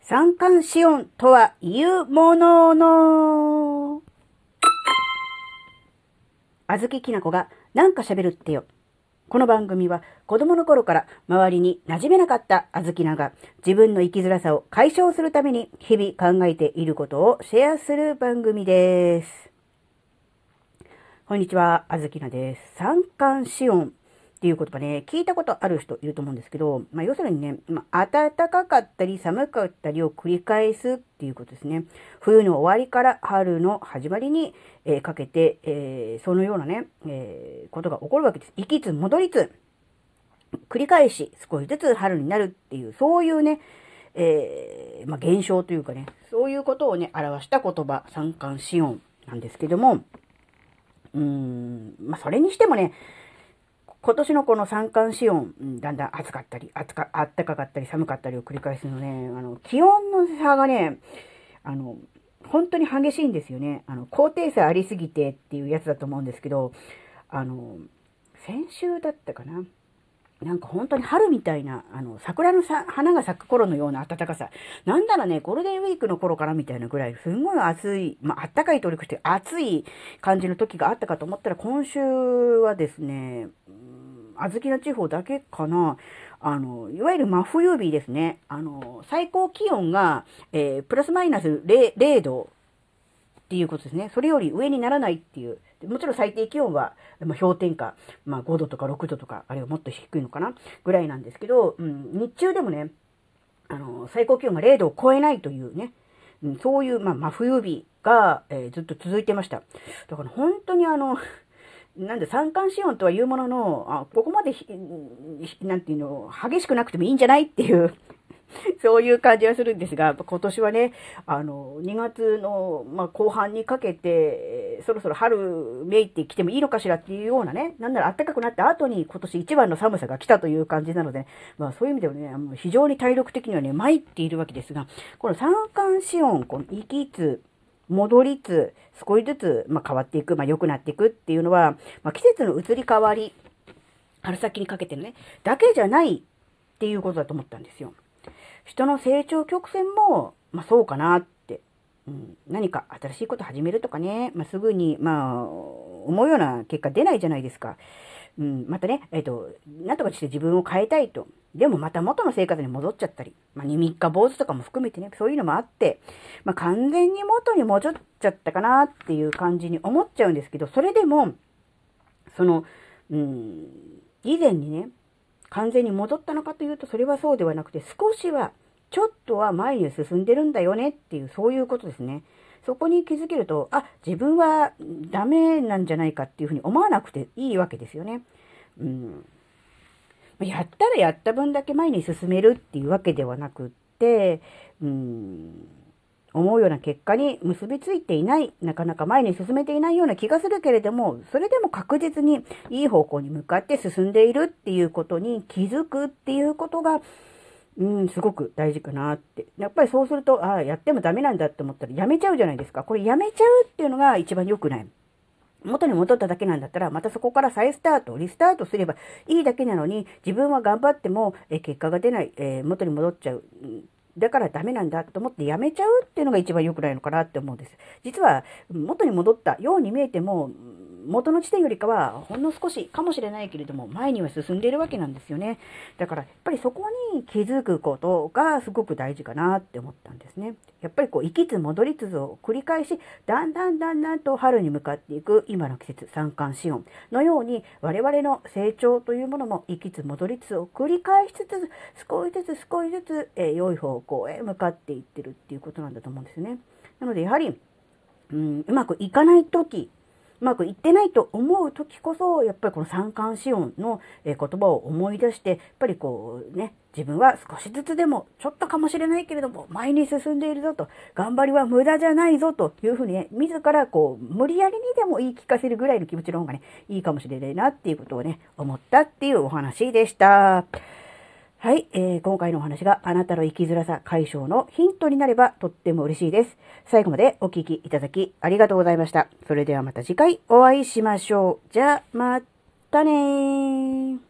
三寒四温とはいうものの。あずききなこがなんか喋るってよ。この番組は子供の頃から周りに馴染めなかったあずきなが自分の生きづらさを解消するために日々考えていることをシェアする番組です。こんにちは、あずきなです。三寒四温っていう言葉ね、聞いたことある人いると思うんですけど、要するにね、暖かかったり寒かったりを繰り返すっていうことですね。冬の終わりから春の始まりに、かけて、そのようなね、ことが起こるわけです。行きつ戻りつ、繰り返し少しずつ春になるっていう、そういうね、現象というかね、そういうことをね、表した言葉、三寒四温なんですけども、それにしてもね、今年のこの三寒四温、だんだん暑かったり、あったかかったり、寒かったりを繰り返すのね、気温の差がね、本当に激しいんですよね。高低差ありすぎてっていうやつだと思うんですけど、先週だったかな。なんか本当に春みたいな、桜の花が咲く頃のような暖かさ。なんだろうね、ゴールデンウィークの頃からみたいなぐらい、すんごい暑い、暖かいとりくして暑い感じの時があったかと思ったら、今週はですね、小豆の地方だけかな。いわゆる真冬日ですね。最高気温が、プラスマイナス 0度っていうことですね。それより上にならないっていう。もちろん最低気温は、氷点下、5度とか6度とか、あるいはもっと低いのかなぐらいなんですけど、日中でもね、最高気温が0度を超えないというね、そういう、真冬日が、ずっと続いてました。だから本当になんで三寒四温とは言うものの、ここまでなんていうの、激しくなくてもいいんじゃないっていうそういう感じはするんですが、今年はね、2月の、後半にかけて、そろそろ春めいてきてもいいのかしらっていうようなね、なんなら暖かくなった後に今年一番の寒さが来たという感じなので、そういう意味ではね、非常に体力的にはね、参っているわけですが、この三寒四温、この行きつ、戻りつ、少しずつ、変わっていく、良くなっていくっていうのは、季節の移り変わり、春先にかけてのね、だけじゃないっていうことだと思ったんですよ。人の成長曲線も、そうかなって。何か新しいこと始めるとかね、すぐに、思うような結果出ないじゃないですか。またね、なんとかして自分を変えたいと。でもまた元の生活に戻っちゃったり、三日坊主とかも含めてね、そういうのもあって、完全に元に戻っちゃったかなっていう感じに思っちゃうんですけど、それでも、以前にね、完全に戻ったのかというと、それはそうではなくて、少しは、ちょっとは前に進んでるんだよねっていう、そういうことですね。そこに気づけると、自分はダメなんじゃないかっていうふうに思わなくていいわけですよね。やったらやった分だけ前に進めるっていうわけではなくって、思うような結果に結びついていない、なかなか前に進めていないような気がするけれども、それでも確実にいい方向に向かって進んでいるっていうことに気づくっていうことが、すごく大事かなって。やっぱりそうすると、やってもダメなんだって思ったらやめちゃうじゃないですか。これやめちゃうっていうのが一番良くない。元に戻っただけなんだったら、またそこから再スタート、リスタートすればいいだけなのに、自分は頑張っても、結果が出ない、元に戻っちゃう。だからダメなんだと思ってやめちゃうっていうのが一番良くないのかなって思うんです。実は、元に戻ったように見えても、元の地点よりかは、ほんの少しかもしれないけれども、前には進んでいるわけなんですよね。だから、やっぱりそこに気づくことがすごく大事かなって思ったんですね。やっぱり行きつ戻りつを繰り返し、だんだんと春に向かっていく今の季節、三寒四温のように、我々の成長というものも行きつ戻りつを繰り返しつつ、少しずつ、良い方向へ向かっていってるっていうことなんだと思うんですね。なので、やはり、うまくいかないとき、うまくいってないと思うときこそ、やっぱりこの三寒四温の言葉を思い出して、やっぱり自分は少しずつでも、ちょっとかもしれないけれども、前に進んでいるぞと、頑張りは無駄じゃないぞというふうにね、自ら無理やりにでも言い聞かせるぐらいの気持ちの方がね、いいかもしれないなっていうことをね、思ったっていうお話でした。はい、今回のお話があなたの生きづらさ解消のヒントになればとっても嬉しいです。最後までお聞きいただきありがとうございました。それではまた次回お会いしましょう。じゃあ、またねー。